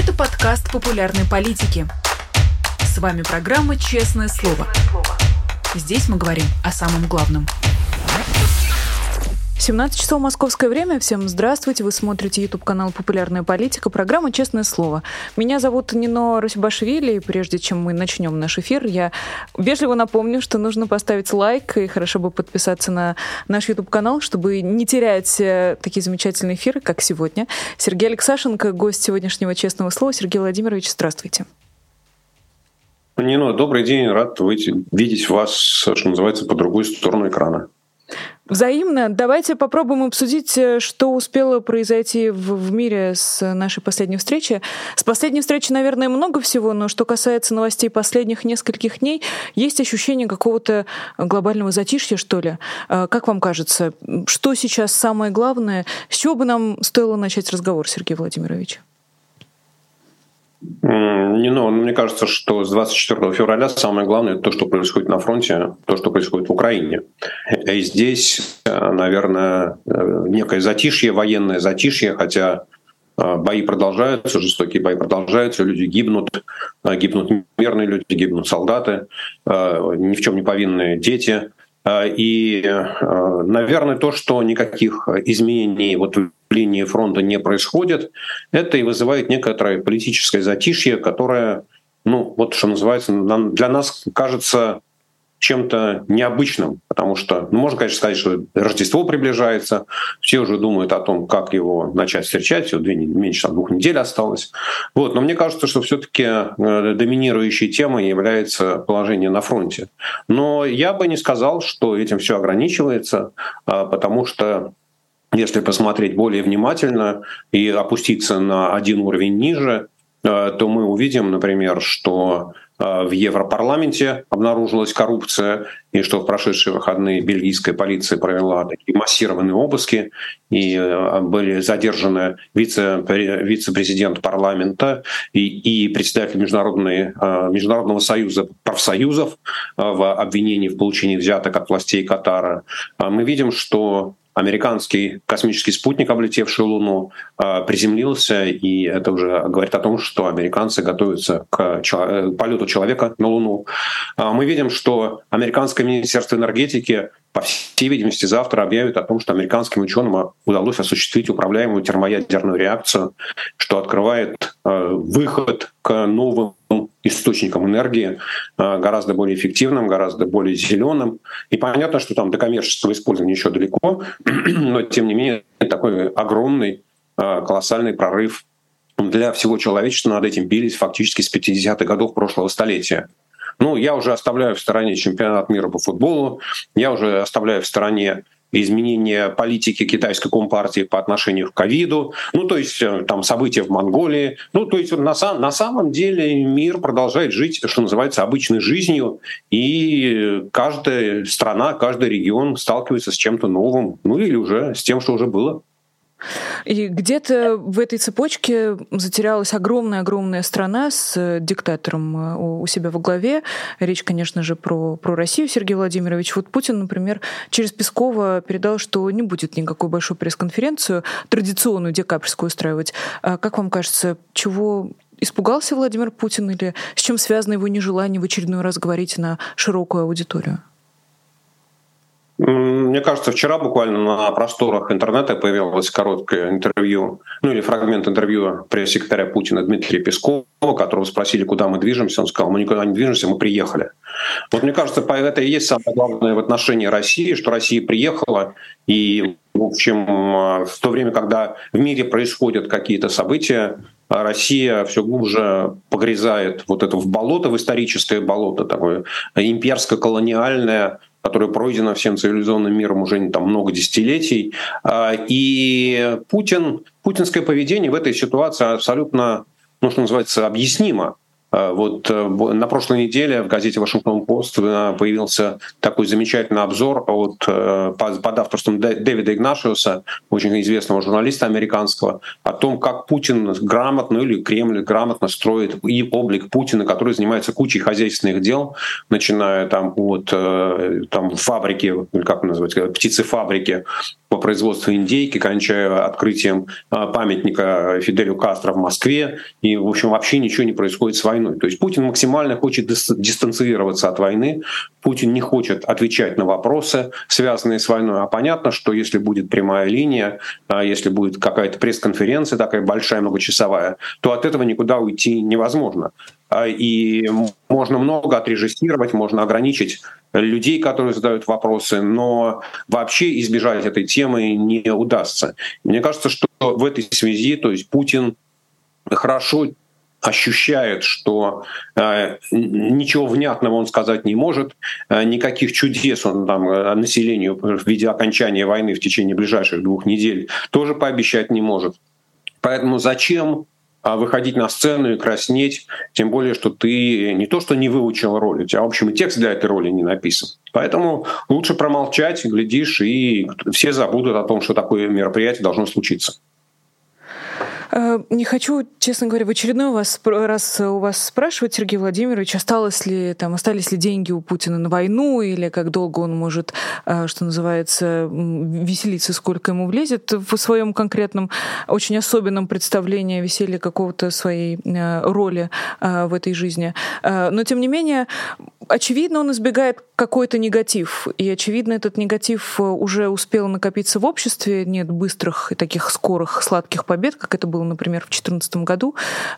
Это подкаст популярной политики. С вами программа «Честное слово». Здесь мы говорим о самом главном. 17 часов московское время. Всем здравствуйте. Вы смотрите YouTube-канал «Популярная политика», программа «Честное слово». Меня зовут Нино Русибашвили, и прежде чем мы начнем наш эфир, я вежливо напомню, что нужно поставить лайк, и хорошо бы подписаться на наш YouTube-канал, чтобы не терять такие замечательные эфиры, как сегодня. Сергей Алексашенко, гость сегодняшнего «Честного слова». Сергей Владимирович, здравствуйте. Нино, добрый день. Рад видеть вас, что называется, по другую сторону экрана. Взаимно. Давайте попробуем обсудить, что успело произойти в мире с нашей последней встречи. С последней встречи, наверное, много всего, но что касается новостей последних нескольких дней, есть ощущение какого-то глобального затишья, что ли. Как вам кажется, что сейчас самое главное? С чего бы нам стоило начать разговор, Сергей Владимирович? Мне кажется, что с 24 февраля самое главное — то, что происходит на фронте, то, что происходит в Украине. И здесь, наверное, некое затишье, военное затишье, хотя бои продолжаются, жестокие бои продолжаются, люди гибнут мирные люди, гибнут солдаты, ни в чем не повинные дети. И, наверное, то, что никаких изменений в линии фронта не происходит, это и вызывает некоторое политическое затишье, которое, что называется, для нас кажется чем-то необычным, потому что, можно, конечно, сказать, что Рождество приближается, все уже думают о том, как его начать встречать, меньше 2 недель осталось. Но мне кажется, что все-таки доминирующей темой является положение на фронте. Но я бы не сказал, что этим все ограничивается, потому что если посмотреть более внимательно и опуститься на один уровень ниже, то мы увидим, например, что в Европарламенте обнаружилась коррупция, и что в прошедшие выходные бельгийская полиция провела такие массированные обыски, и были задержаны вице-президент парламента и председатель Международного союза профсоюзов в обвинении в получении взяток от властей Катара. Мы видим, что американский космический спутник, облетевший Луну, приземлился, и это уже говорит о том, что американцы готовятся к полету человека на Луну. Мы видим, что американское министерство энергетики, по всей видимости, завтра объявит о том, что американским ученым удалось осуществить управляемую термоядерную реакцию, что открывает выход к новым источникам энергии, гораздо более эффективным, гораздо более зеленым. И понятно, что там до коммерческого использования еще далеко, но тем не менее такой огромный, колоссальный прорыв для всего человечества. Над этим бились фактически с 50-х годов прошлого столетия. Я уже оставляю в стороне чемпионат мира по футболу, я уже оставляю в стороне изменения политики китайской компартии по отношению к ковиду, то есть там события в Монголии. То есть на самом деле мир продолжает жить, что называется, обычной жизнью, и каждая страна, каждый регион сталкивается с чем-то новым, или уже с тем, что уже было. И где-то в этой цепочке затерялась огромная страна с диктатором у себя во главе. Речь, конечно же, про Россию, Сергей Владимирович. Путин, например, через Пескова передал, что не будет никакой большой пресс-конференцию традиционную декабрьскую устраивать. Как вам кажется, чего испугался Владимир Путин, или с чем связано его нежелание в очередной раз говорить на широкую аудиторию? Мне кажется, вчера буквально на просторах интернета появилось короткое интервью, или фрагмент интервью пресс-секретаря Путина Дмитрия Пескова, которого спросили, куда мы движемся. Он сказал: мы никуда не движемся, мы приехали. Мне кажется, это и есть самое главное в отношении России, что Россия приехала, и, в общем, в то время, когда в мире происходят какие-то события, Россия все глубже погрязает это в болото, в историческое болото, такое имперско-колониальное, которое пройдено всем цивилизованным миром уже много десятилетий. И путинское поведение в этой ситуации абсолютно, что называется, объяснимо. На прошлой неделе в газете «Вашингтон-Пост» появился такой замечательный обзор под авторством Дэвида Игнашиуса, очень известного журналиста американского, о том, как Путин грамотно, или Кремль грамотно строит и облик Путина, который занимается кучей хозяйственных дел, начиная от фабрики, как называется, птицефабрики, по производству индейки, кончая открытием памятника Фиделю Кастро в Москве. И, в общем, вообще ничего не происходит с войной. То есть Путин максимально хочет дистанцироваться от войны. Путин не хочет отвечать на вопросы, связанные с войной. А понятно, что если будет прямая линия, если будет какая-то пресс-конференция такая большая, многочасовая, то от этого никуда уйти невозможно. И можно много отрежиссировать, можно ограничить людей, которые задают вопросы, но вообще избежать этой темы не удастся. Мне кажется, что в этой связи, то есть Путин хорошо ощущает, что ничего внятного он сказать не может, никаких чудес он там населению в виде окончания войны в течение ближайших 2 недель тоже пообещать не может. Поэтому зачем выходить на сцену и краснеть, тем более, что ты не то что не выучил роль, у тебя, в общем, и текст для этой роли не написан. Поэтому лучше промолчать, глядишь, и все забудут о том, что такое мероприятие должно случиться. Не хочу, честно говоря, в очередной раз у вас спрашивать, Сергей Владимирович, остались ли деньги у Путина на войну, или как долго он может, что называется, веселиться, сколько ему влезет в своем конкретном, очень особенном представлении веселья какого-то своей роли в этой жизни. Но, тем не менее, очевидно, он избегает какой-то негатив. И, очевидно, этот негатив уже успел накопиться в обществе. Нет быстрых и таких скорых, сладких побед, как это было, например, в 2014 году.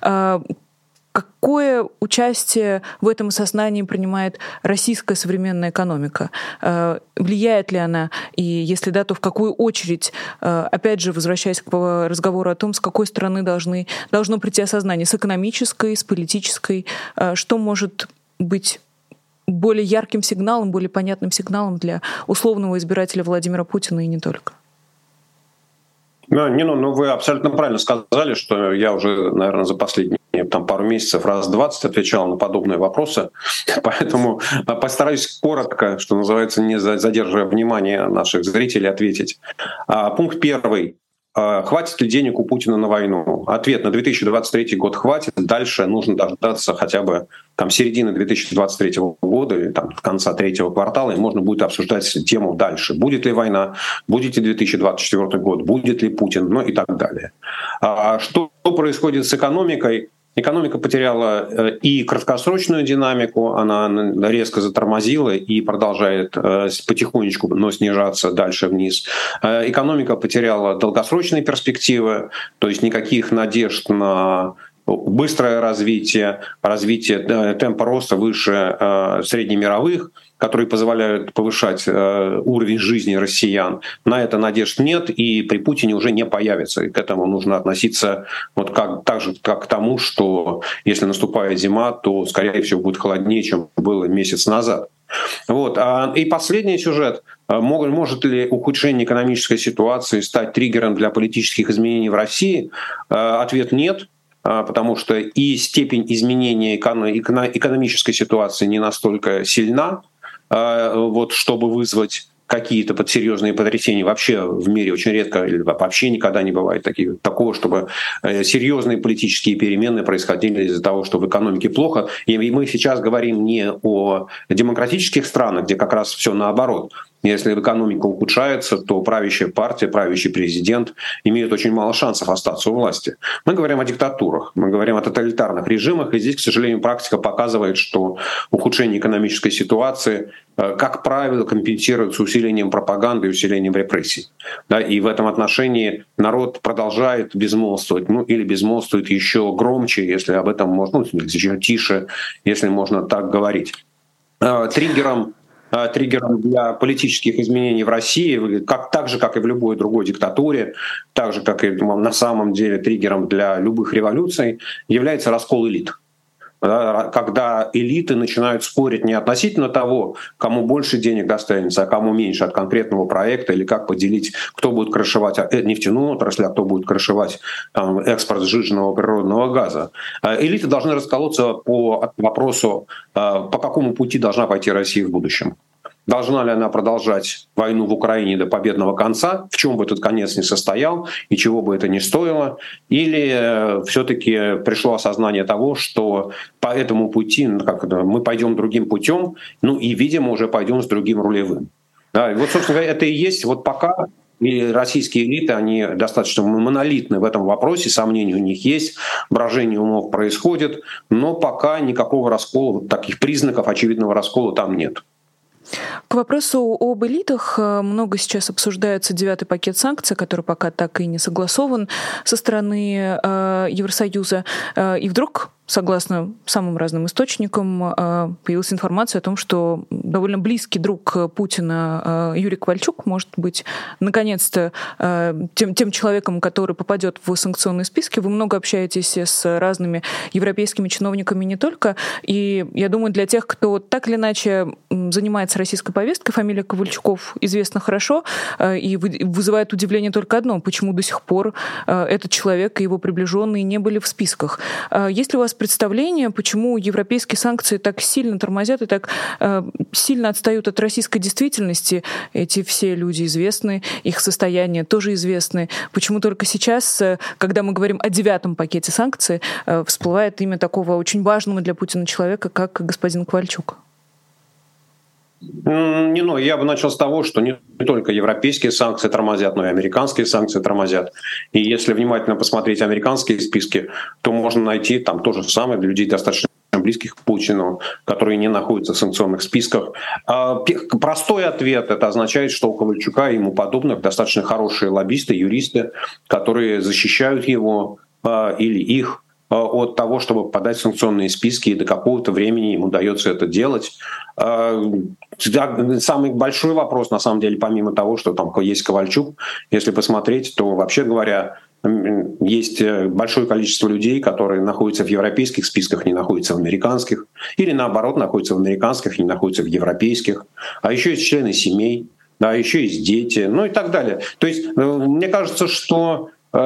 Какое участие в этом осознании принимает российская современная экономика? Влияет ли она? И если да, то в какую очередь? Опять же, возвращаясь к разговору о том, с какой стороны должно прийти осознание. С экономической, с политической? Что может быть более ярким сигналом, более понятным сигналом для условного избирателя Владимира Путина и не только? Ну, вы абсолютно правильно сказали, что я уже, наверное, за последние пару месяцев раз 20 отвечал на подобные вопросы, поэтому постараюсь коротко, что называется, не задерживая внимание наших зрителей, ответить. Пункт 1. Хватит ли денег у Путина на войну? Ответ: на 2023 год хватит. Дальше нужно дождаться хотя бы середины 2023 года или конца 3-го квартала, и можно будет обсуждать тему дальше. Будет ли война, будет ли 2024 год, будет ли Путин, ну и так далее. Что происходит с экономикой? Экономика потеряла и краткосрочную динамику, она резко затормозила и продолжает потихонечку, но снижаться дальше вниз. Экономика потеряла долгосрочные перспективы, то есть никаких надежд на быстрое развитие темпа роста выше среднемировых, которые позволяют повышать уровень жизни россиян. На это надежд нет, и при Путине уже не появится. И к этому нужно относиться так же, как к тому, что если наступает зима, то, скорее всего, будет холоднее, чем было месяц назад. И последний сюжет. Может ли ухудшение экономической ситуации стать триггером для политических изменений в России? Ответ — нет. Потому что и степень изменения экономической ситуации не настолько сильна, чтобы вызвать какие-то серьезные потрясения. Вообще в мире очень редко или вообще никогда не бывает такого, чтобы серьезные политические перемены происходили из-за того, что в экономике плохо. И мы сейчас говорим не о демократических странах, где как раз все наоборот. Если экономика ухудшается, то правящая партия, правящий президент имеют очень мало шансов остаться у власти. Мы говорим о диктатурах, мы говорим о тоталитарных режимах, и здесь, к сожалению, практика показывает, что ухудшение экономической ситуации, как правило, компенсируется усилением пропаганды и усилением репрессий. И в этом отношении народ продолжает безмолвствовать, или безмолвствует еще громче, если об этом можно, еще тише, если можно так говорить. Триггером для политических изменений в России, так же, как и в любой другой диктатуре, так же, как и на самом деле триггером для любых революций, является раскол элит. Когда элиты начинают спорить не относительно того, кому больше денег достанется, а кому меньше от конкретного проекта, или как поделить, кто будет крышевать нефтяную отрасль, а кто будет крышевать экспорт сжиженного природного газа. Элиты должны расколоться по вопросу, по какому пути должна пойти Россия в будущем. Должна ли она продолжать войну в Украине до победного конца, в чем бы этот конец ни состоял и чего бы это ни стоило, или все-таки пришло осознание того, что по этому пути мы пойдем другим путем, и, видимо, уже пойдем с другим рулевым. И собственно говоря, это и есть пока и российские элиты, они достаточно монолитны в этом вопросе, сомнения у них есть, брожение умов происходит, но пока никакого раскола, таких признаков очевидного раскола там нет. К вопросу об элитах много сейчас обсуждается 9-й пакет санкций, который пока так и не согласован со стороны Евросоюза. И вдруг, согласно самым разным источникам, появилась информация о том, что довольно близкий друг Путина Юрий Ковальчук может быть наконец-то тем человеком, который попадет в санкционные списки. Вы много общаетесь с разными европейскими чиновниками не только. И я думаю, для тех, кто так или иначе занимается российской повесткой, фамилия Ковальчуков известна хорошо, и вызывает удивление только одно: почему до сих пор этот человек и его приближенные не были в списках. Есть ли у вас представление, почему европейские санкции так сильно тормозят и так сильно отстают от российской действительности? Эти все люди известны, их состояние тоже известны. Почему только сейчас, когда мы говорим о 9-м пакете санкций, всплывает имя такого очень важного для Путина человека, как господин Ковальчук? Я бы начал с того, что не только европейские санкции тормозят, но и американские санкции тормозят. И если внимательно посмотреть американские списки, то можно найти там то же самое для людей достаточно близких к Путину, которые не находятся в санкционных списках. Простой ответ — это означает, что у Ковальчука и ему подобных достаточно хорошие лоббисты, юристы, которые защищают его или их от того, чтобы попадать в санкционные списки, и до какого-то времени ему удается это делать. Самый большой вопрос, на самом деле, помимо того, что там есть Ковальчук, если посмотреть, то, вообще говоря, есть большое количество людей, которые находятся в европейских списках, не находятся в американских, или наоборот, находятся в американских, не находятся в европейских. А еще есть члены семей, да, еще есть дети, и так далее. То есть мне кажется, что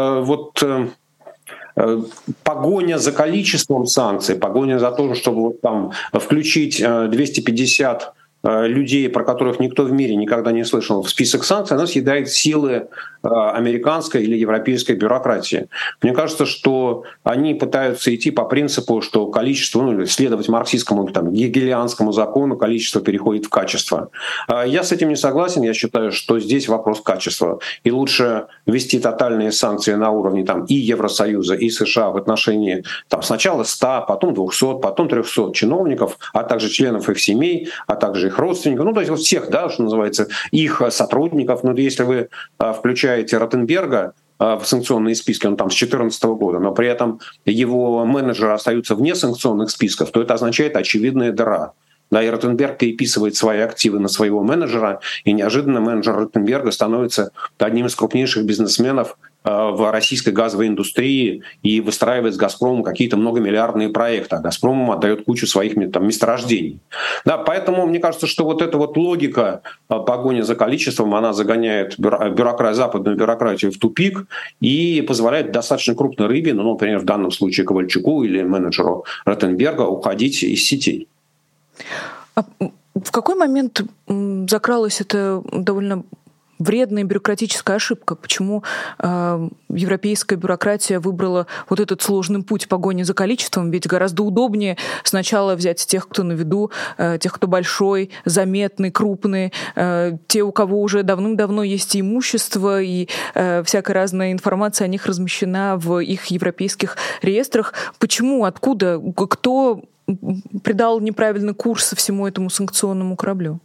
погоня за количеством санкций, погоня за то, чтобы там включить 250 людей, про которых никто в мире никогда не слышал, в список санкций, она съедает силы американской или европейской бюрократии. Мне кажется, что они пытаются идти по принципу, что количество, следовать марксистскому, гегелианскому закону, количество переходит в качество. Я с этим не согласен. Я считаю, что здесь вопрос качества. И лучше ввести тотальные санкции на уровне и Евросоюза, и США в отношении сначала 100, потом 200, потом 300 чиновников, а также членов их семей, а также их родственников, то есть всех, что называется, их сотрудников. Если вы включаете Ротенберга в санкционные списки, он с 2014 года, но при этом его менеджеры остаются вне санкционных списков, то это означает очевидная дыра. И Ротенберг переписывает свои активы на своего менеджера, и неожиданно менеджер Ротенберга становится одним из крупнейших бизнесменов в российской газовой индустрии и выстраивает с «Газпромом» какие-то многомиллиардные проекты, а «Газпром» отдает кучу своих месторождений. Поэтому мне кажется, что эта логика погони за количеством, она загоняет западную бюрократию в тупик и позволяет достаточно крупной рыбе, например, в данном случае Ковальчуку или менеджеру Ротенберга, уходить из сетей. А в какой момент закралась эта довольно вредная бюрократическая ошибка? Почему европейская бюрократия выбрала этот сложный путь погони за количеством? Ведь гораздо удобнее сначала взять тех, кто на виду, тех, кто большой, заметный, крупный, те, у кого уже давным-давно есть имущество, и всякая разная информация о них размещена в их европейских реестрах. Почему? Откуда? Кто придал неправильный курс всему этому санкционному кораблю?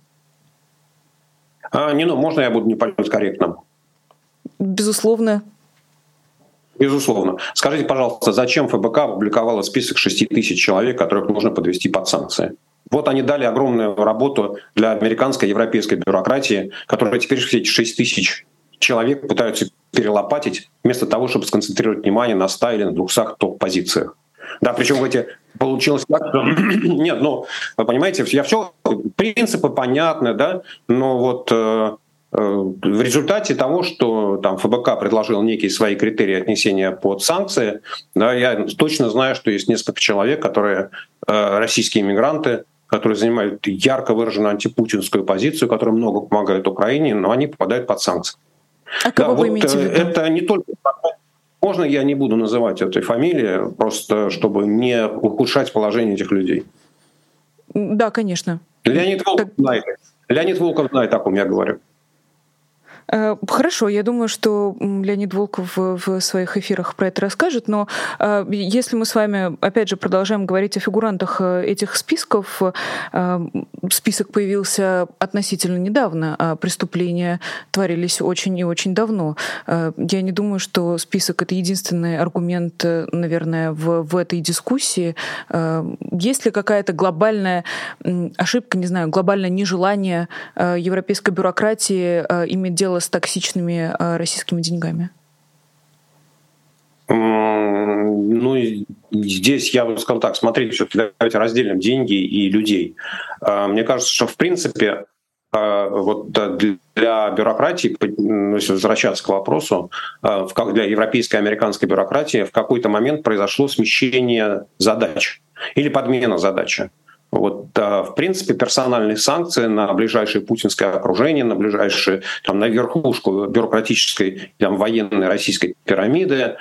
Можно я буду не политкорректным? Безусловно. Безусловно. Скажите, пожалуйста, зачем ФБК опубликовала список 6 тысяч человек, которых нужно подвести под санкции? Они дали огромную работу для американской и европейской бюрократии, которые теперь все эти 6 тысяч человек пытаются перелопатить, вместо того, чтобы сконцентрировать внимание на 100 или на 200 топ-позициях. Причем получилось так, что... Нет, вы понимаете, принципы понятны, но в результате того, что ФБК предложил некие свои критерии отнесения под санкции, я точно знаю, что есть несколько человек, которые российские иммигранты, которые занимают ярко выраженную антипутинскую позицию, которые много помогают Украине, но они попадают под санкции. А кого вы имеете в виду? Это не только... Можно я не буду называть этой фамилии, просто чтобы не ухудшать положение этих людей? Да, конечно. Леонид Волков знает, о ком я говорю. Хорошо, я думаю, что Леонид Волков в своих эфирах про это расскажет, но если мы с вами, опять же, продолжаем говорить о фигурантах этих списков, список появился относительно недавно, а преступления творились очень и очень давно. Я не думаю, что список — это единственный аргумент, наверное, в этой дискуссии. Есть ли какая-то глобальная ошибка, не знаю, глобальное нежелание европейской бюрократии иметь дело с токсичными российскими деньгами? Ну, здесь я бы сказал так, смотрите, все-таки давайте разделим деньги и людей. Мне кажется, что в принципе вот для бюрократии, если возвращаться к вопросу, для европейской и американской бюрократии в какой-то момент произошло смещение задач или подмена задачи. Вот, в принципе, персональные санкции на ближайшее путинское окружение, на ближайшее, на верхушку бюрократической, военной российской пирамиды,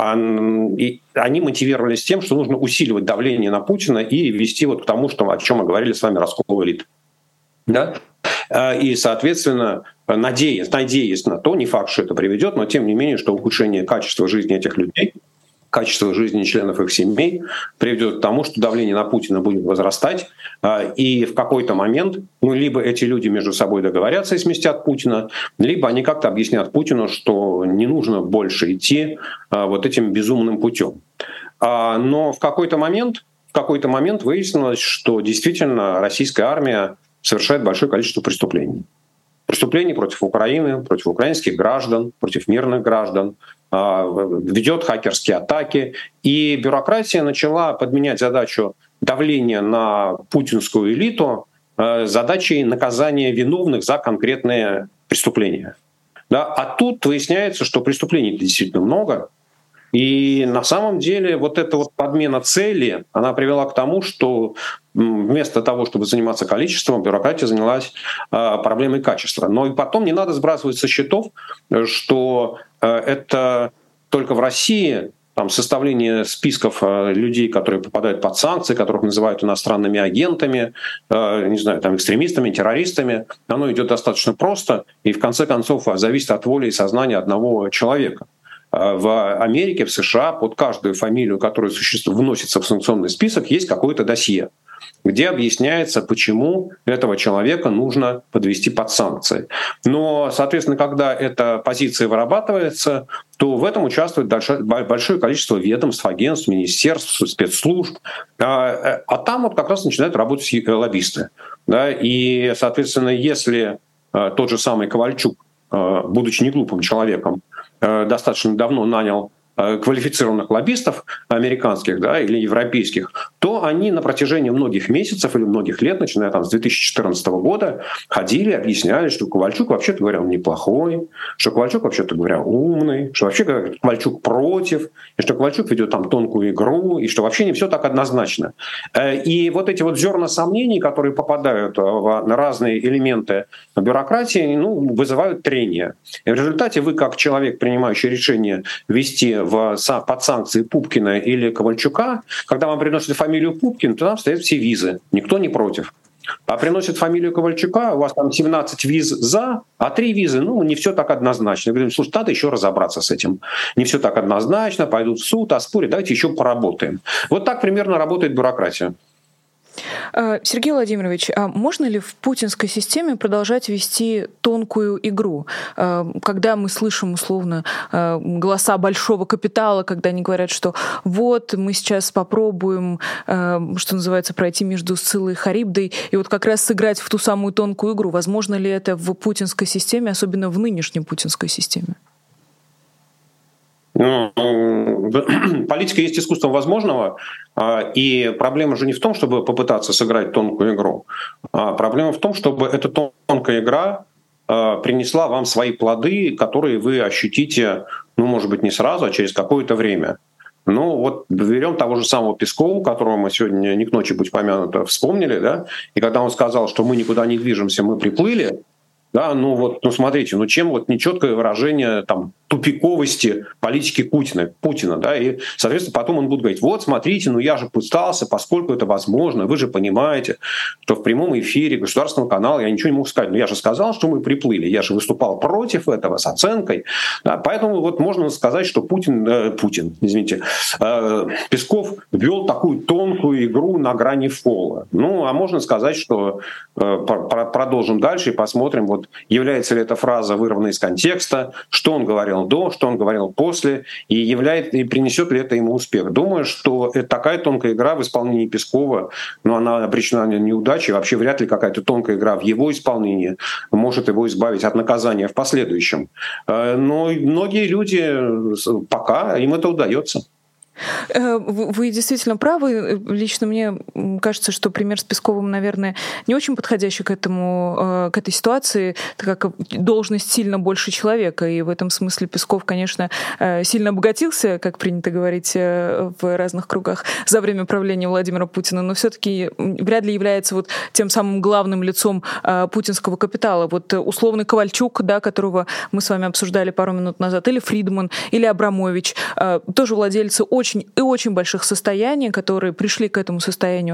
и они мотивировались тем, что нужно усиливать давление на Путина и вести к тому, о чем мы говорили с вами, раскол элит. Да? И, соответственно, надеясь на то, не факт, что это приведет, но тем не менее, что ухудшение качества жизни этих людей, качество жизни членов их семей приведет к тому, что давление на Путина будет возрастать, и в какой-то момент либо эти люди между собой договорятся и сместят Путина, либо они как-то объяснят Путину, что не нужно больше идти вот этим безумным путем. Но в какой-то момент выяснилось, что действительно российская армия совершает большое количество преступлений. Преступлений против Украины, против украинских граждан, против мирных граждан, ведет хакерские атаки. И бюрократия начала подменять задачу давления на путинскую элиту задачей наказания виновных за конкретные преступления. Да? А тут выясняется, что преступлений действительно много. И на самом деле вот эта подмена цели, она привела к тому, что вместо того, чтобы заниматься количеством, бюрократия занялась проблемой качества. Но и потом не надо сбрасывать со счетов, что это только в России составление списков людей, которые попадают под санкции, которых называют иностранными агентами, экстремистами, террористами, оно идет достаточно просто и в конце концов зависит от воли и сознания одного человека. В Америке, в США под каждую фамилию, которая вносится в санкционный список, есть какое-то досье, где объясняется, почему этого человека нужно подвести под санкции. Но, соответственно, когда эта позиция вырабатывается, то в этом участвует большое количество ведомств, агентств, министерств, спецслужб. А там как раз начинают работать лоббисты. Да? И, соответственно, если тот же самый Ковальчук, будучи неглупым человеком, достаточно давно нанял квалифицированных лоббистов американских, да, или европейских, то они на протяжении многих месяцев или многих лет, начиная с 2014 года, ходили, объясняли, что Ковальчук, вообще-то говоря, он неплохой, что Ковальчук, вообще-то говоря, умный, что вообще Ковальчук против, и что Ковальчук ведет тонкую игру, и что вообще не все так однозначно. И вот эти зерна сомнений, которые попадают на разные элементы бюрократии, вызывают трение. И в результате вы, как человек, принимающий решение ввести под санкции Пупкина или Ковальчука, когда вам приносят фамилию Пупкин, то там стоят все визы, никто не против. А приносят фамилию Ковальчука, у вас там 17 виз за, а 3 визы, не все так однозначно. Говорим, слушай, надо еще разобраться с этим. Не все так однозначно, пойдут в суд, оспорят, давайте еще поработаем. Вот так примерно работает бюрократия. Сергей Владимирович, а можно ли в путинской системе продолжать вести тонкую игру? Когда мы слышим условно голоса большого капитала, когда они говорят, что вот мы сейчас попробуем, что называется, пройти между Сциллой и Харибдой, и как раз сыграть в ту самую тонкую игру. Возможно ли это в путинской системе, особенно в нынешней путинской системе? Политика есть искусством возможного, и проблема же не в том, чтобы попытаться сыграть тонкую игру. Проблема в том, чтобы эта тонкая игра принесла вам свои плоды, которые вы ощутите, может быть, не сразу, а через какое-то время. Берем того же самого Пескова, которого мы сегодня не к ночи, будь помянуто, вспомнили, да? И когда он сказал, что мы никуда не движемся, мы приплыли, Да, смотрите, чем нечеткое выражение там тупиковости политики Путина, да, и, соответственно, потом он будет говорить: вот, смотрите, я же пытался, поскольку это возможно, вы же понимаете, что в прямом эфире государственного канала я ничего не мог сказать. Я же сказал, что мы приплыли, я же выступал против этого с оценкой, да, поэтому можно сказать, что Песков вел такую тонкую игру на грани фола. А можно сказать, что продолжим дальше и посмотрим, является ли эта фраза вырвана из контекста, что он говорил до, что он говорил после, и принесет ли это ему успех. Думаю, что такая тонкая игра в исполнении Пескова, она обречена на неудачу, и вообще вряд ли какая-то тонкая игра в его исполнении может его избавить от наказания в последующем. Но многие люди пока им это удается. Вы действительно правы. Лично мне кажется, что пример с Песковым, наверное, не очень подходящий к этой ситуации, так как должность сильно больше человека. И в этом смысле Песков, конечно, сильно обогатился, как принято говорить в разных кругах, за время правления Владимира Путина, но все-таки вряд ли является тем самым главным лицом путинского капитала. Условный Ковальчук, да, которого мы с вами обсуждали пару минут назад, или Фридман, или Абрамович, тоже владельцы очень больших состояний, которые пришли к этому состоянию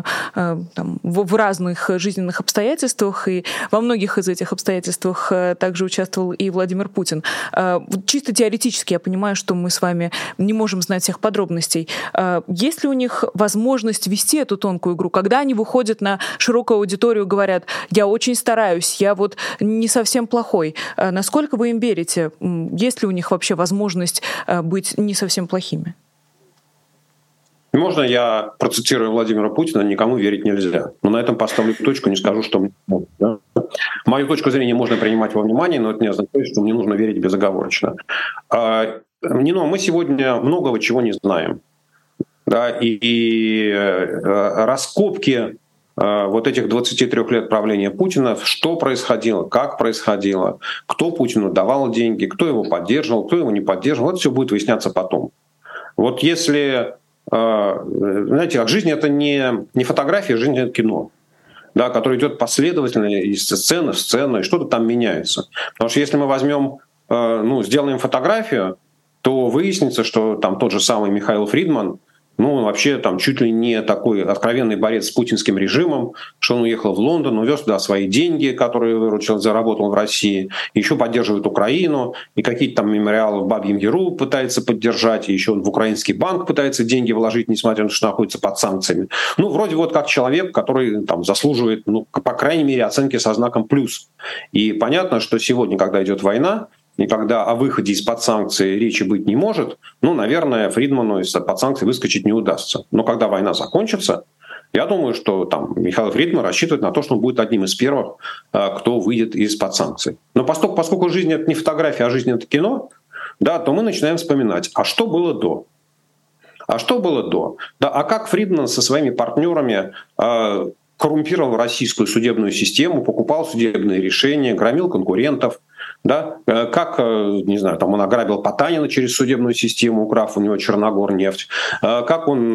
в разных жизненных обстоятельствах, и во многих из этих обстоятельствах также участвовал и Владимир Путин. Чисто теоретически я понимаю, что мы с вами не можем знать всех подробностей. Есть ли у них возможность вести эту тонкую игру, когда они выходят на широкую аудиторию и говорят: я очень стараюсь, я не совсем плохой? Насколько вы им верите? Есть ли у них вообще возможность быть не совсем плохими? Можно я процитирую Владимира Путина: никому верить нельзя. Но на этом поставлю точку, не скажу, что... Да? Мою точку зрения можно принимать во внимание, но это не означает, что мне нужно верить безоговорочно. Мы сегодня многого чего не знаем. Да? И раскопки этих 23 лет правления Путина, что происходило, как происходило, кто Путину давал деньги, кто его поддерживал, кто его не поддерживал, это все будет выясняться потом. Если... Знаете, жизнь — это не фотография, жизнь — это кино, да, которое идет последовательно из сцены в сцену, и что-то там меняется. Потому что если мы возьмем, сделаем фотографию, то выяснится, что там тот же самый Михаил Фридман, вообще там чуть ли не такой откровенный борец с путинским режимом, что он уехал в Лондон, увез туда свои деньги, которые выручил, заработал в России, еще поддерживает Украину, и какие-то там мемориалы в Бабьем Яру пытается поддержать, и еще в украинский банк пытается деньги вложить, несмотря на то, что находится под санкциями. Вроде как человек, который там заслуживает, по крайней мере, оценки со знаком плюс. И понятно, что сегодня, когда идет война, и когда о выходе из-под санкций речи быть не может, наверное, Фридману из-под санкций выскочить не удастся. Но когда война закончится, я думаю, что Михаил Фридман рассчитывает на то, что он будет одним из первых, кто выйдет из-под санкций. Но поскольку жизнь — это не фотография, а жизнь — это кино, да, то мы начинаем вспоминать, а что было до? А что было до? Да, а как Фридман со своими партнерами коррумпировал российскую судебную систему, покупал судебные решения, громил конкурентов, да, как, не знаю, он ограбил Потанина через судебную систему, украв у него Черногорнефть, как он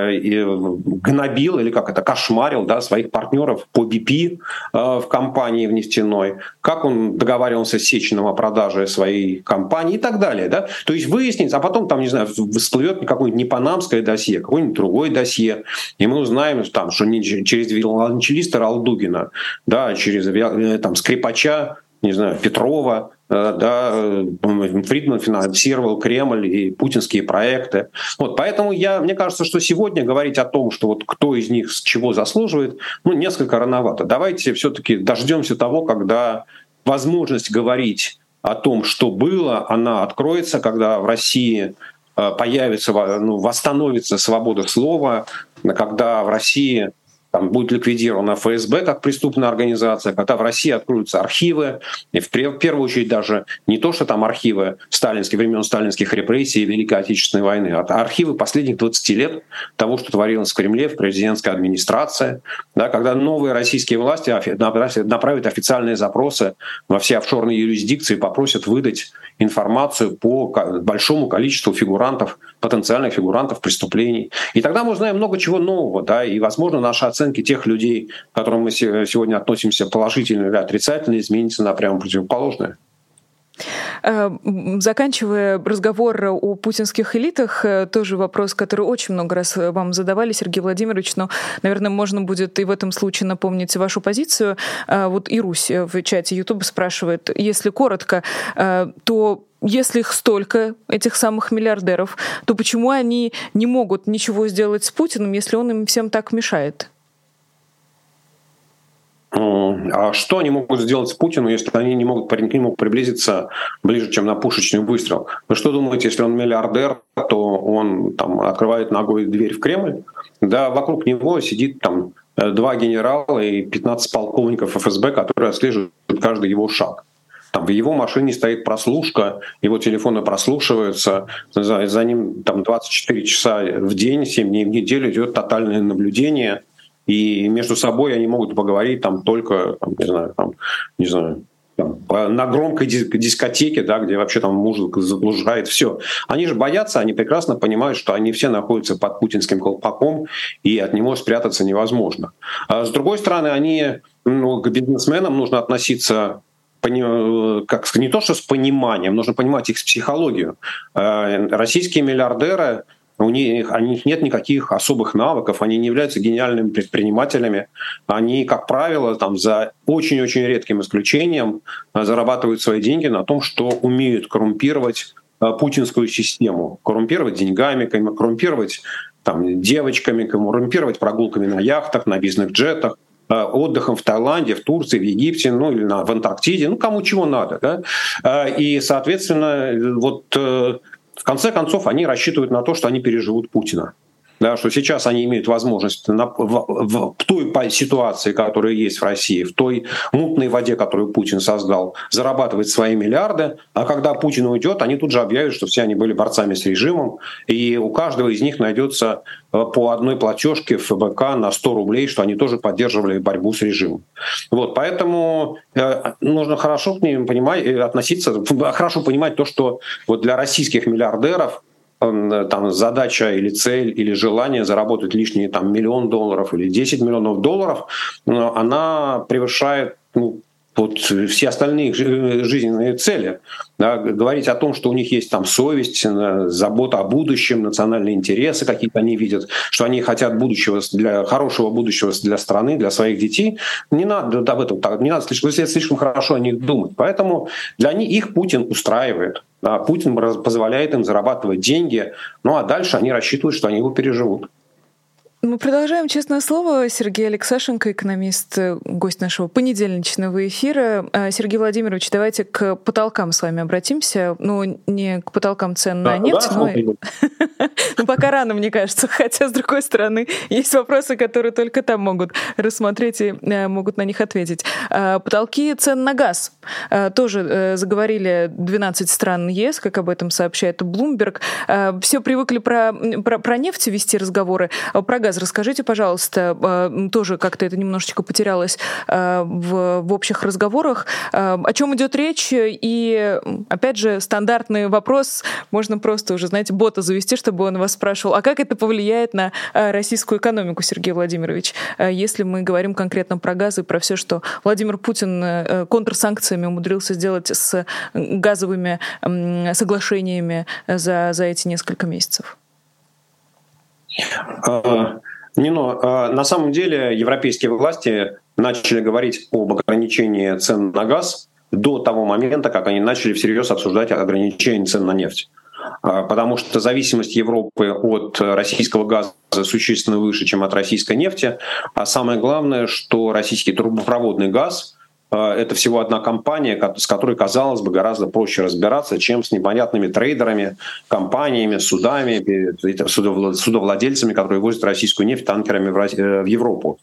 гнобил или кошмарил, да, своих партнеров по BP в компании в нефтяной, как он договаривался с Сечиным о продаже своей компании и так далее. Да? То есть выяснится, а потом всплывет какое-нибудь не панамское досье, какое-нибудь другое досье, и мы узнаем, что не через виолончелиста Ралдугина, да, через скрипача, не знаю, Петрова, да, Фридман финансировал Кремль и путинские проекты. Поэтому мне кажется, что сегодня говорить о том, что кто из них с чего заслуживает, несколько рановато. Давайте все-таки дождемся того, когда возможность говорить о том, что было, она откроется, когда в России появится, восстановится свобода слова, когда в России будет ликвидирована ФСБ как преступная организация, когда в России откроются архивы, и в первую очередь даже не то, что там архивы времен сталинских репрессий и Великой Отечественной войны, а архивы последних 20 лет того, что творилось в Кремле, в президентской администрации, да, когда новые российские власти направят официальные запросы во все офшорные юрисдикции, попросят выдать информацию по большому количеству фигурантов, потенциальных фигурантов преступлений. И тогда мы узнаем много чего нового, да, и, возможно, наши оценки тех людей, к которым мы сегодня относимся положительно или отрицательно, изменятся на прямо противоположное. Заканчивая разговор о путинских элитах, тоже вопрос, который очень много раз вам задавали, Сергей Владимирович, но, наверное, можно будет и в этом случае напомнить вашу позицию. Вот Ирусь в чате YouTube спрашивает, если коротко, то если их столько, этих самых миллиардеров, то почему они не могут ничего сделать с Путиным, если он им всем так мешает? А что они могут сделать с Путиным, если они не могут к нему приблизиться ближе, чем на пушечный выстрел? Вы что думаете, если он миллиардер, то он там открывает ногой дверь в Кремль? Да, вокруг него сидит там 2 генерала и 15 полковников ФСБ, которые отслеживают каждый его шаг. Там в его машине стоит прослушка, его телефоны прослушиваются, за ним там 24 часа в день, 7 дней в неделю идет тотальное наблюдение. И между собой они могут поговорить там только, на громкой дискотеке, да, где вообще там музыка заглушает все. Они же боятся, они прекрасно понимают, что они все находятся под путинским колпаком, и от него спрятаться невозможно. А с другой стороны, к бизнесменам нужно относиться не то что с пониманием, нужно понимать их психологию. Российские миллиардеры, у них нет никаких особых навыков, они не являются гениальными предпринимателями. Они, как правило, там, за очень-очень редким исключением зарабатывают свои деньги на том, что умеют коррумпировать путинскую систему. Коррумпировать деньгами, коррумпировать там, девочками, коррумпировать прогулками на яхтах, на бизнес-джетах, отдыхом в Таиланде, в Турции, в Египте, или в Антарктиде, кому чего надо. Да? И, соответственно, в конце концов, они рассчитывают на то, что они переживут Путина. Да, что сейчас они имеют возможность в той ситуации, которая есть в России, в той мутной воде, которую Путин создал, зарабатывать свои миллиарды, а когда Путин уйдет, они тут же объявят, что все они были борцами с режимом, и у каждого из них найдется по одной платежке в ФБК на 100 рублей, что они тоже поддерживали борьбу с режимом. Поэтому нужно хорошо к ним хорошо понимать то, что для российских миллиардеров там задача или цель или желание заработать лишние $1 миллион или $10 миллионов, она превышает все остальные жизненные цели. Да, говорить о том, что у них есть там совесть, забота о будущем, национальные интересы какие-то они видят, что они хотят хорошего будущего для страны, для своих детей, не надо об этом, не надо слишком хорошо о них думать. Поэтому для них их Путин устраивает. Да, Путин позволяет им зарабатывать деньги, а дальше они рассчитывают, что они его переживут. Мы продолжаем «Честное слово». Сергей Алексашенко, экономист, гость нашего понедельничного эфира. Сергей Владимирович, давайте к потолкам с вами обратимся. Не к потолкам цен на нефть, но пока рано, мне кажется. Хотя, с другой стороны, есть вопросы, которые только там могут рассмотреть и могут на них ответить. Потолки цен на газ. Тоже заговорили 12 стран ЕС, как об этом сообщает Bloomberg. Все привыкли про нефть вести разговоры. Про газ расскажите, пожалуйста, тоже как-то это немножечко потерялось в общих разговорах. О чем идет речь? И, опять же, стандартный вопрос. Можно просто уже, бота завести, чтобы он вас спрашивал, а как это повлияет на российскую экономику, Сергей Владимирович, если мы говорим конкретно про газ и про все, что Владимир Путин контрсанкциями умудрился сделать с газовыми соглашениями за эти несколько месяцев? Нино, на самом деле европейские власти начали говорить об ограничении цен на газ до того момента, как они начали всерьез обсуждать ограничение цен на нефть. Потому что зависимость Европы от российского газа существенно выше, чем от российской нефти. А самое главное, что российский трубопроводный газ — это всего одна компания, с которой, казалось бы, гораздо проще разбираться, чем с непонятными трейдерами, компаниями, судами, судовладельцами, которые возят российскую нефть танкерами в Европу.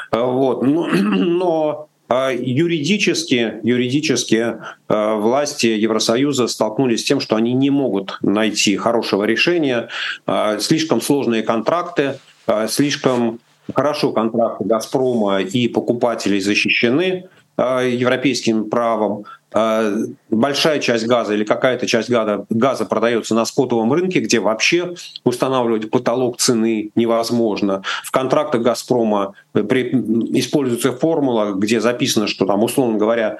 Но юридически власти Евросоюза столкнулись с тем, что они не могут найти хорошего решения. Слишком сложные контракты, слишком хорошо контракты «Газпрома» и покупателей защищены европейским правом. большая часть газа или какая-то часть газа продается на спотовом рынке, где вообще устанавливать потолок цены невозможно. В контрактах «Газпрома» используется формула, где записано, что там, условно говоря,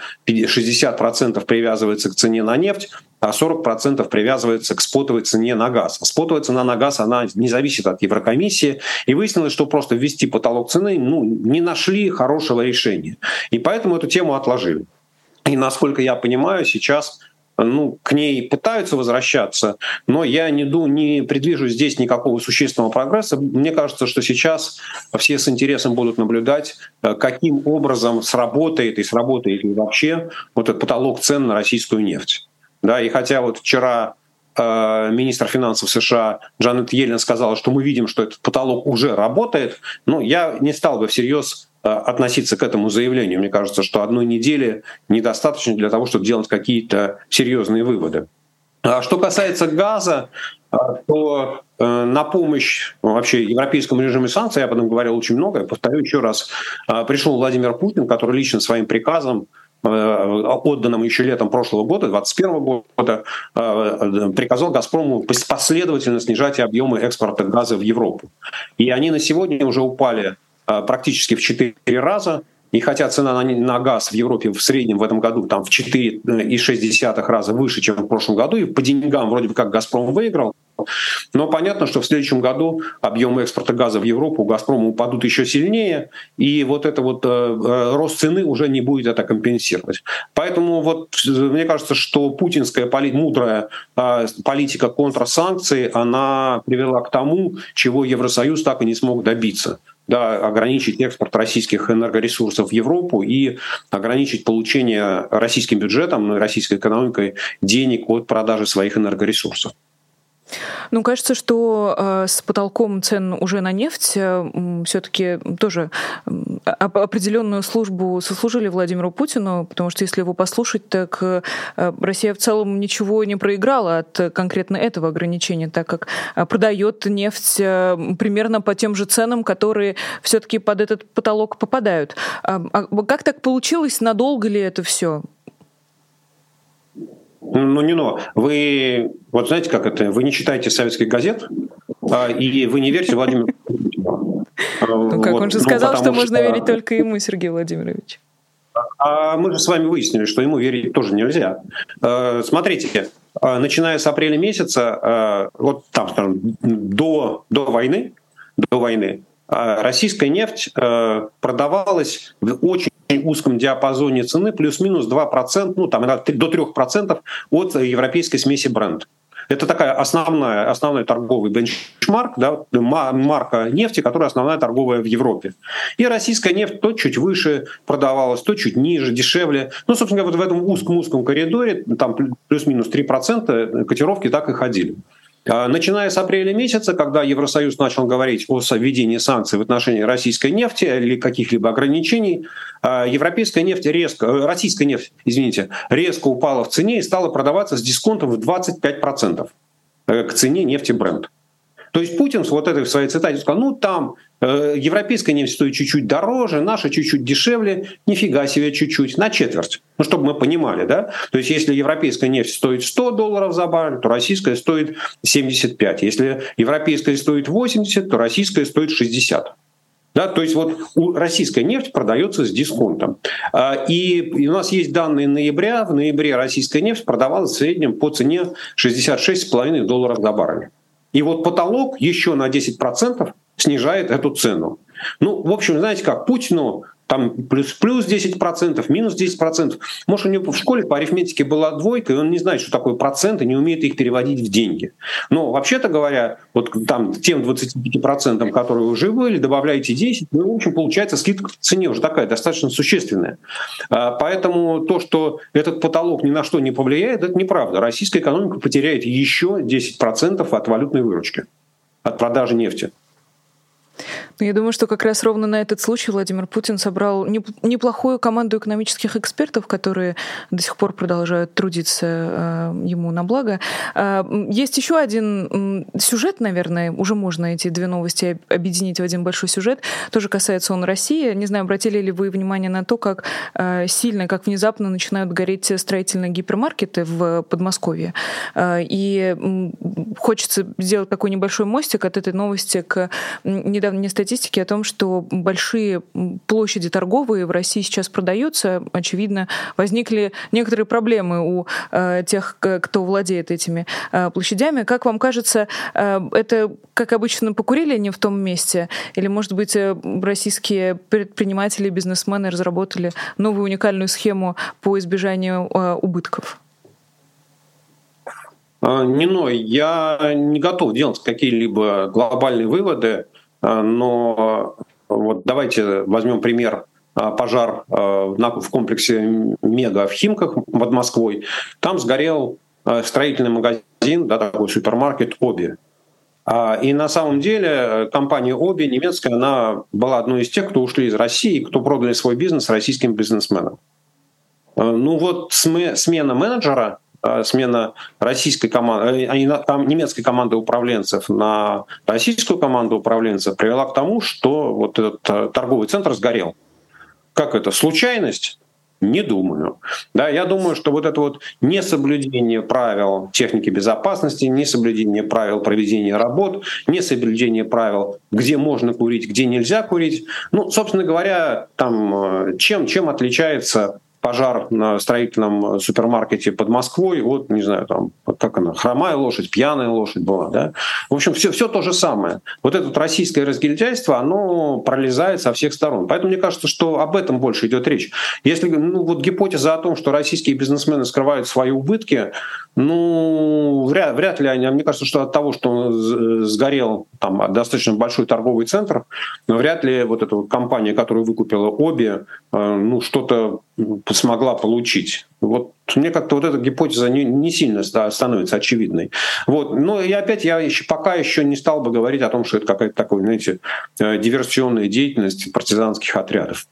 60% привязывается к цене на нефть, а 40% привязывается к спотовой цене на газ. А спотовая цена на газ, она не зависит от Еврокомиссии. И выяснилось, что просто ввести потолок цены не нашли хорошего решения. И поэтому эту тему отложили. И, насколько я понимаю, сейчас к ней пытаются возвращаться, но я не предвижу здесь никакого существенного прогресса. Мне кажется, что сейчас все с интересом будут наблюдать, каким образом сработает ли вообще вот этот потолок цен на российскую нефть. Да, и хотя вот вчера министр финансов США Джанет Йеллен сказала, что мы видим, что этот потолок уже работает, но я не стал бы всерьез относиться к этому заявлению. Мне кажется, что одной недели недостаточно для того, чтобы делать какие-то серьезные выводы. А что касается газа, то на помощь вообще европейскому режиму санкций, я об этом говорил очень много, я повторю еще раз, пришел Владимир Путин, который лично своим приказом, отданным еще летом прошлого года, 2021 года, приказал «Газпрому» последовательно снижать объемы экспорта газа в Европу. И они на сегодня уже упали практически в 4 раза. И хотя цена на газ в Европе в среднем в этом году там в 4,6 раза выше, чем в прошлом году, и по деньгам вроде бы как «Газпром» выиграл, но понятно, что в следующем году объемы экспорта газа в Европу у «Газпрома» упадут еще сильнее, и вот это вот рост цены уже не будет это компенсировать. Поэтому вот мне кажется, что путинская мудрая политика контрсанкций, она привела к тому, чего Евросоюз так и не смог добиться. Да, ограничить экспорт российских энергоресурсов в Европу и ограничить получение российским бюджетом, российской экономикой денег от продажи своих энергоресурсов. Кажется, что с потолком цен уже на нефть все-таки тоже определенную службу сослужили Владимиру Путину, потому что если его послушать, так Россия в целом ничего не проиграла от конкретно этого ограничения, так как продает нефть примерно по тем же ценам, которые все-таки под этот потолок попадают. Как так получилось? Надолго ли это все? Вы вот знаете, как это? Вы не читаете советских газет, и вы не верите Владимиру Путину. Он же сказал, что можно верить только ему, Сергей Владимирович. А мы же с вами выяснили, что ему верить тоже нельзя. Смотрите, начиная с апреля месяца, вот там, скажем, до войны, российская нефть продавалась в очень узком диапазоне цены плюс-минус 2%, до 3% от европейской смеси Brent. Это такая основной торговый бенчмарк, да, марка нефти, которая основная торговая в Европе. И российская нефть то чуть выше продавалась, то чуть ниже, дешевле. Собственно говоря, вот в этом узком коридоре, там плюс-минус 3% котировки так и ходили. Начиная с апреля месяца, когда Евросоюз начал говорить о введении санкций в отношении российской нефти или каких-либо ограничений, российская нефть резко упала в цене и стала продаваться с дисконтом в 25% к цене нефти Brent. То есть Путин в этой своей цитате сказал, там европейская нефть стоит чуть-чуть дороже, наша чуть-чуть дешевле, нифига себе чуть-чуть, на четверть. Чтобы мы понимали, да? То есть если европейская нефть стоит $100 за баррель, то российская стоит 75. Если европейская стоит 80, то российская стоит 60. Да, то есть российская нефть продается с дисконтом. И у нас есть данные ноября. В ноябре российская нефть продавалась в среднем по цене $66,5 за баррель. И потолок еще на 10% снижает эту цену. В общем, знаете как, Путину там плюс 10%, минус 10%. Может, у него в школе по арифметике была двойка, и он не знает, что такое проценты, не умеет их переводить в деньги. Но вообще-то говоря, там тем 25%, которые уже были, добавляете 10%, в общем, получается скидка в цене уже такая достаточно существенная. Поэтому то, что этот потолок ни на что не повлияет, это неправда. Российская экономика потеряет еще 10% от валютной выручки, от продажи нефти. Я думаю, что как раз ровно на этот случай Владимир Путин собрал неплохую команду экономических экспертов, которые до сих пор продолжают трудиться ему на благо. Есть еще один сюжет, наверное, уже можно эти две новости объединить в один большой сюжет. Тоже касается он России. Не знаю, обратили ли вы внимание на то, как сильно, как внезапно начинают гореть строительные гипермаркеты в Подмосковье. И хочется сделать такой небольшой мостик от этой новости к недавней статистике о том, что большие площади торговые в России сейчас продаются. Очевидно, возникли некоторые проблемы у тех, кто владеет этими площадями. Как вам кажется, это, как обычно, покурили не в том месте? Или, может быть, российские предприниматели, бизнесмены разработали новую уникальную схему по избежанию убытков? Нино, я не готов делать какие-либо глобальные выводы, но вот давайте возьмем пример пожар в комплексе «Мега» в Химках под Москвой. Там сгорел строительный магазин, да, такой супермаркет «Оби». И на самом деле компания «Оби» немецкая, она была одной из тех, кто ушли из России, кто продали свой бизнес российским бизнесменам. Ну вот смена менеджера, смена российской команды, немецкой команды управленцев на российскую команду управленцев привела к тому, что вот этот торговый центр сгорел. Как это? Случайность? Не думаю. Да, я думаю, что вот это вот несоблюдение правил техники безопасности, несоблюдение правил проведения работ, несоблюдение правил, где можно курить, где нельзя курить. Ну, собственно говоря, там чем отличается пожар на строительном супермаркете под Москвой от, не знаю, там, как она, хромая лошадь, пьяная лошадь была, да? В общем, все то же самое. Вот это российское разгильдяйство, оно пролезает со всех сторон. Поэтому мне кажется, что об этом больше идет речь. Если, вот гипотеза о том, что российские бизнесмены скрывают свои убытки, вряд ли они, мне кажется, что от того, что сгорел там достаточно большой торговый центр, вряд ли вот эта вот компания, которая выкупила Оби, что-то смогла получить. Вот мне как-то вот эта гипотеза не сильно становится очевидной. Вот. Но и опять я пока еще не стал бы говорить о том, что это какая-то такая, знаете, диверсионная деятельность партизанских отрядов.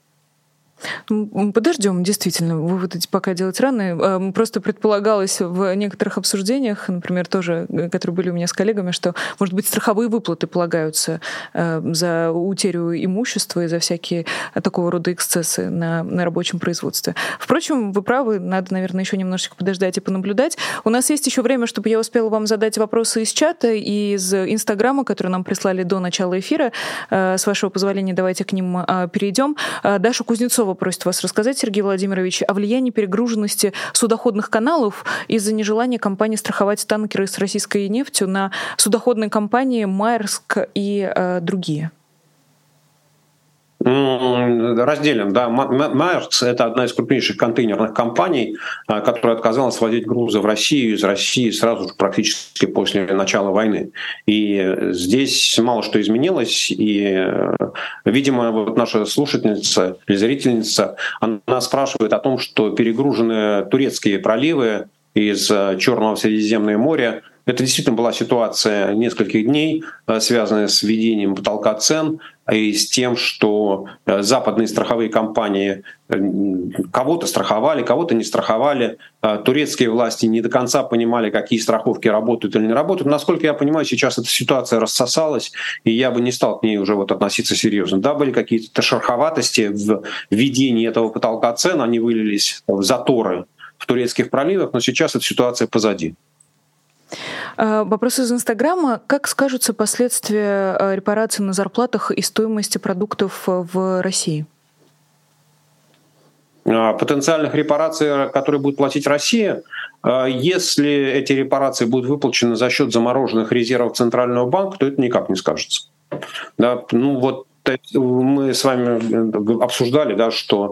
Подождем, действительно, выводы пока делать рано. Просто предполагалось в некоторых обсуждениях, например, тоже, которые были у меня с коллегами, что, может быть, страховые выплаты полагаются за утерю имущества и за всякие такого рода эксцессы на рабочем производстве. Впрочем, вы правы, надо, наверное, еще немножечко подождать и понаблюдать. У нас есть еще время, чтобы я успела вам задать вопросы из чата и из Инстаграма, которые нам прислали до начала эфира. С вашего позволения, давайте к ним перейдем. Даша Кузнецова просит вас рассказать, Сергей Владимирович, о влиянии перегруженности судоходных каналов из-за нежелания компании страховать танкеры с российской нефтью на судоходные компании «Маерск» и другие. Разделим. Да. Маерск — это одна из крупнейших контейнерных компаний, которая отказалась возить грузы в Россию из России сразу же практически после начала войны. И здесь мало что изменилось. И, видимо, вот наша слушательница или зрительница, она спрашивает о том, что перегружены турецкие проливы из Черного в Средиземное море. Это действительно была ситуация нескольких дней, связанная с введением потолка цен и с тем, что западные страховые компании кого-то страховали, кого-то не страховали. Турецкие власти не до конца понимали, какие страховки работают или не работают. Насколько я понимаю, сейчас эта ситуация рассосалась, и я бы не стал к ней уже относиться серьезно. Да, были какие-то шероховатости в введении этого потолка цен, они вылились в заторы в турецких проливах, но сейчас эта ситуация позади. Вопрос из Инстаграма. Как скажутся последствия репараций на зарплатах и стоимости продуктов в России? Потенциальных репараций, которые будет платить Россия, если эти репарации будут выплачены за счет замороженных резервов Центрального банка, то это никак не скажется. Да, мы с вами обсуждали, да, что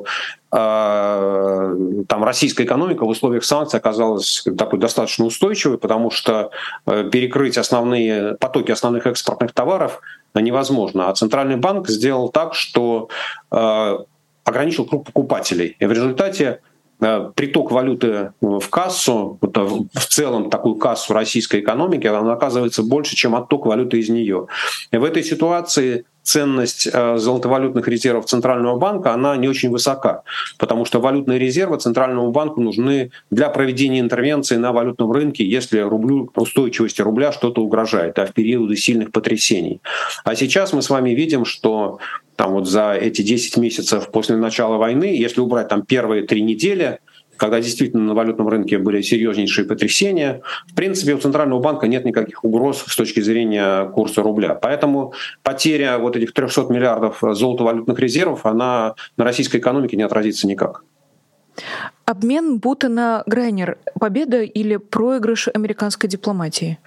там российская экономика в условиях санкций оказалась такой достаточно устойчивой, потому что перекрыть основные потоки основных экспортных товаров невозможно. А Центральный банк сделал так, что ограничил круг покупателей. И в результате приток валюты в кассу, в целом такую кассу российской экономики, он оказывается больше, чем отток валюты из нее. И в этой ситуации ценность золотовалютных резервов Центрального банка, она не очень высока, потому что валютные резервы Центральному банку нужны для проведения интервенции на валютном рынке, если устойчивости рубля что-то угрожает, в периоды сильных потрясений. А сейчас мы с вами видим, что там вот за эти 10 месяцев после начала войны, если убрать там первые 3 недели, когда действительно на валютном рынке были серьезнейшие потрясения, в принципе, у Центрального банка нет никаких угроз с точки зрения курса рубля. Поэтому потеря вот этих 300 миллиардов золотовалютных резервов, она на российской экономике не отразится никак. Обмен Бута на Грайнер — победа или проигрыш американской дипломатии?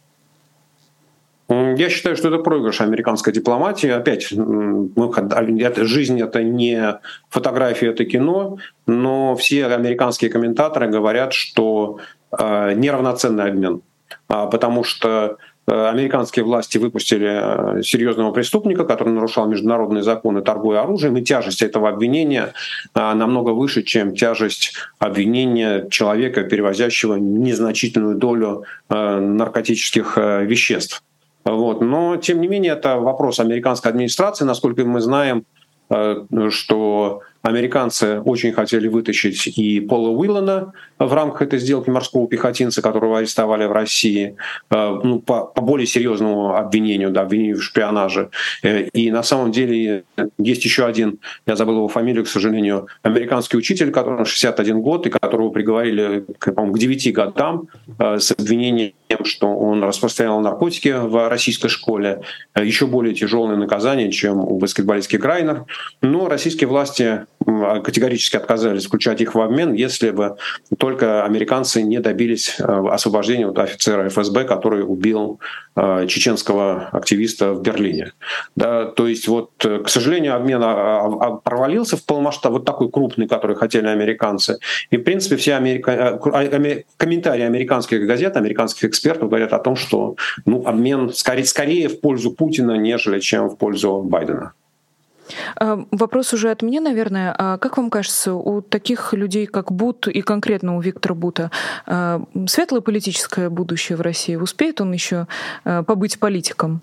Я считаю, что это проигрыш американской дипломатии. Опять, жизнь — это не фотография, это кино, но все американские комментаторы говорят, что неравноценный обмен, потому что американские власти выпустили серьезного преступника, который нарушал международные законы, торгуя оружием, и тяжесть этого обвинения намного выше, чем тяжесть обвинения человека, перевозящего незначительную долю наркотических веществ. Вот. Но, тем не менее, это вопрос американской администрации. Насколько мы знаем, что американцы очень хотели вытащить и Пола Уиллана в рамках этой сделки, морского пехотинца, которого арестовали в России, по более серьезному обвинению, обвинению в шпионаже. И на самом деле есть еще один, я забыл его фамилию, к сожалению, американский учитель, которому 61 год, и которого приговорили, по-моему, к 9 годам с обвинением, что он распространял наркотики в российской школе. Еще более тяжелое наказание, чем у баскетболистки Грайнер. Но российские власти категорически отказались включать их в обмен, если бы только американцы не добились освобождения офицера ФСБ, который убил чеченского активиста в Берлине. Да, то есть, к сожалению, обмен провалился в полномасштаб, такой крупный, который хотели американцы. И, в принципе, все комментарии американских газет, американских экспертов говорят о том, что обмен скорее в пользу Путина, нежели чем в пользу Байдена. Вопрос уже от меня, наверное. А как вам кажется, у таких людей, как Бут и конкретно у Виктора Бута, светлое политическое будущее в России? Успеет он еще побыть политиком?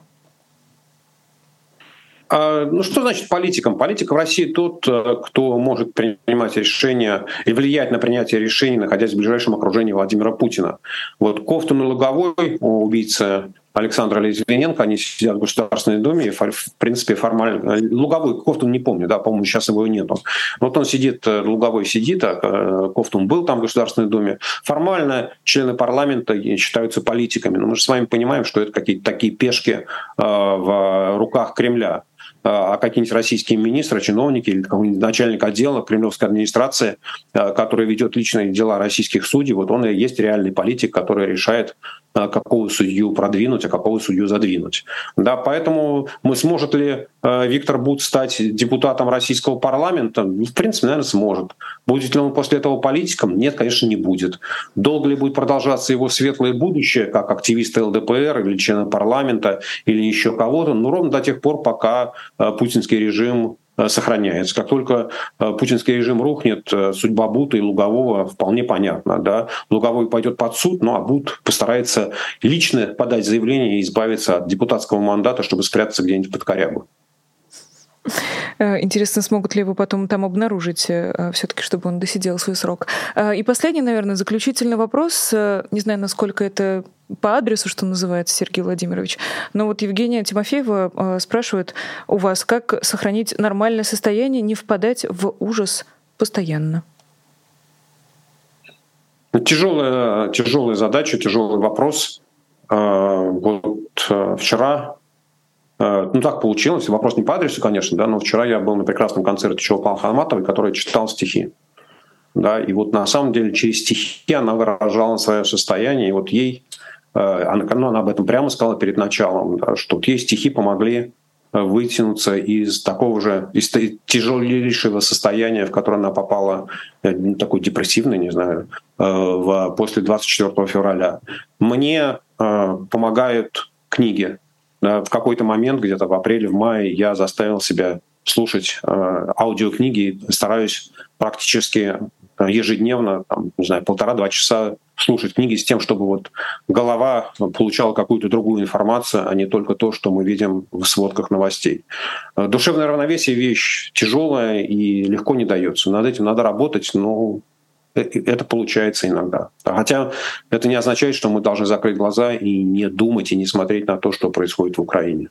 Что значит политиком? Политик в России тот, кто может принимать решения и влиять на принятие решений, находясь в ближайшем окружении Владимира Путина. Ковтун и Луговой, убийца Александра Литвиненко, они сидят в Государственной Думе, и, в принципе, формально... Луговой, Ковтун не помню, по-моему, сейчас его нету. Он сидит, Луговой сидит, а Ковтун был там в Государственной Думе. Формально члены парламента считаются политиками, но мы же с вами понимаем, что это какие-то такие пешки в руках Кремля. А какие-нибудь российские министры, чиновники или какой-нибудь начальник отдела кремлевской администрации, который ведет личные дела российских судей, он и есть реальный политик, который решает, какого судью продвинуть, а какого судью задвинуть. Поэтому сможет ли Виктор Бут стать депутатом российского парламента? В принципе, наверное, сможет. Будет ли он после этого политиком? Нет, конечно, не будет. Долго ли будет продолжаться его светлое будущее, как активиста ЛДПР или члена парламента или еще кого-то? Ровно до тех пор, пока путинский режим сохраняется. Как только путинский режим рухнет, судьба Бута и Лугового вполне понятна. Луговой пойдет под суд, а Бут постарается лично подать заявление и избавиться от депутатского мандата, чтобы спрятаться где-нибудь под корягу. Интересно, смогут ли его потом там обнаружить, все-таки, чтобы он досидел свой срок. И последний, наверное, заключительный вопрос. Не знаю, насколько это по адресу, что называется, Сергей Владимирович. Но Евгения Тимофеева спрашивает у вас, как сохранить нормальное состояние, не впадать в ужас постоянно? Тяжелая задача, тяжелый вопрос. Вчера так получилось. Вопрос не по адресу, конечно, но вчера я был на прекрасном концерте Чулпан Хаматовой, который читал стихи. И на самом деле через стихи она выражала свое состояние. И ей, она об этом прямо сказала перед началом, что ей стихи помогли вытянуться из такого же, из тяжелейшего состояния, в которое она попала, такой депрессивный, не знаю, после 24 февраля. Мне помогают книги. В какой-то момент, где-то в апреле, в мае, я заставил себя слушать аудиокниги, стараюсь практически ежедневно, 1,5-2 часа слушать книги с тем, чтобы вот голова получала какую-то другую информацию, а не только то, что мы видим в сводках новостей. Душевное равновесие — вещь тяжелая и легко не дается. Над этим надо работать, но это получается иногда. Хотя это не означает, что мы должны закрыть глаза и не думать, и не смотреть на то, что происходит в Украине.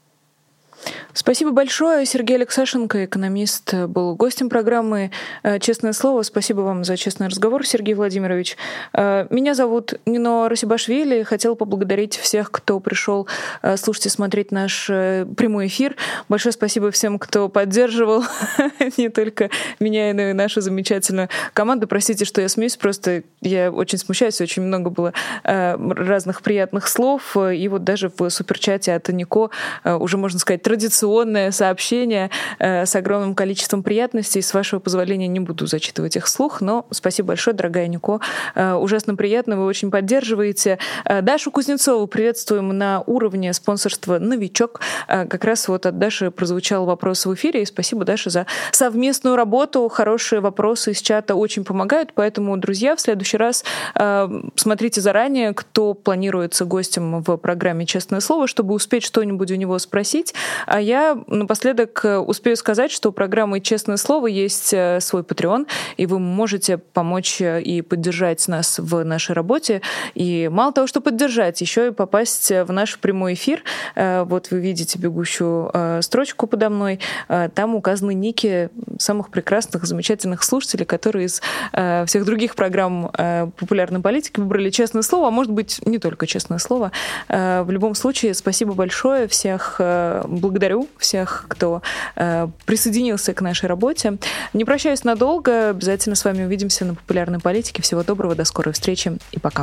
Спасибо большое. Сергей Алексашенко, экономист, был гостем программы «Честное слово». Спасибо вам за честный разговор, Сергей Владимирович. Меня зовут Нино Расибашвили. Хотела поблагодарить всех, кто пришел слушать и смотреть наш прямой эфир. Большое спасибо всем, кто поддерживал не только меня, но и нашу замечательную команду. Простите, что я смеюсь, просто я очень смущаюсь. Очень много было разных приятных слов. И вот даже в суперчате от Нико уже, можно сказать, традиционное сообщение с огромным количеством приятностей. С вашего позволения не буду зачитывать их вслух, но спасибо большое, дорогая Нико. Ужасно приятно, вы очень поддерживаете. Дашу Кузнецову приветствуем на уровне спонсорства «Новичок». Как раз вот от Даши прозвучал вопрос в эфире, и спасибо, Даша, за совместную работу. Хорошие вопросы из чата очень помогают, поэтому, друзья, в следующий раз смотрите заранее, кто планируется гостем в программе «Честное слово», чтобы успеть что-нибудь у него спросить. А я напоследок успею сказать, что у программы «Честное слово» есть свой Patreon, и вы можете помочь и поддержать нас в нашей работе. И мало того, что поддержать, еще и попасть в наш прямой эфир. Вот вы видите бегущую строчку подо мной. Там указаны ники самых прекрасных, замечательных слушателей, которые из всех других программ популярной политики выбрали «Честное слово», а может быть, не только «Честное слово». В любом случае, спасибо большое. Всех благодарю. Всех, кто присоединился к нашей работе. Не прощаюсь надолго. Обязательно с вами увидимся на популярной политике. Всего доброго, до скорой встречи и пока.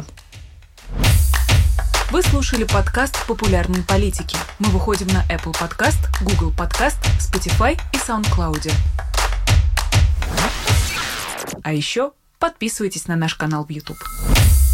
Вы слушали подкаст «Популярные политики». Мы выходим на Apple Podcast, Google Podcast, Spotify и SoundCloud. А еще подписывайтесь на наш канал в YouTube.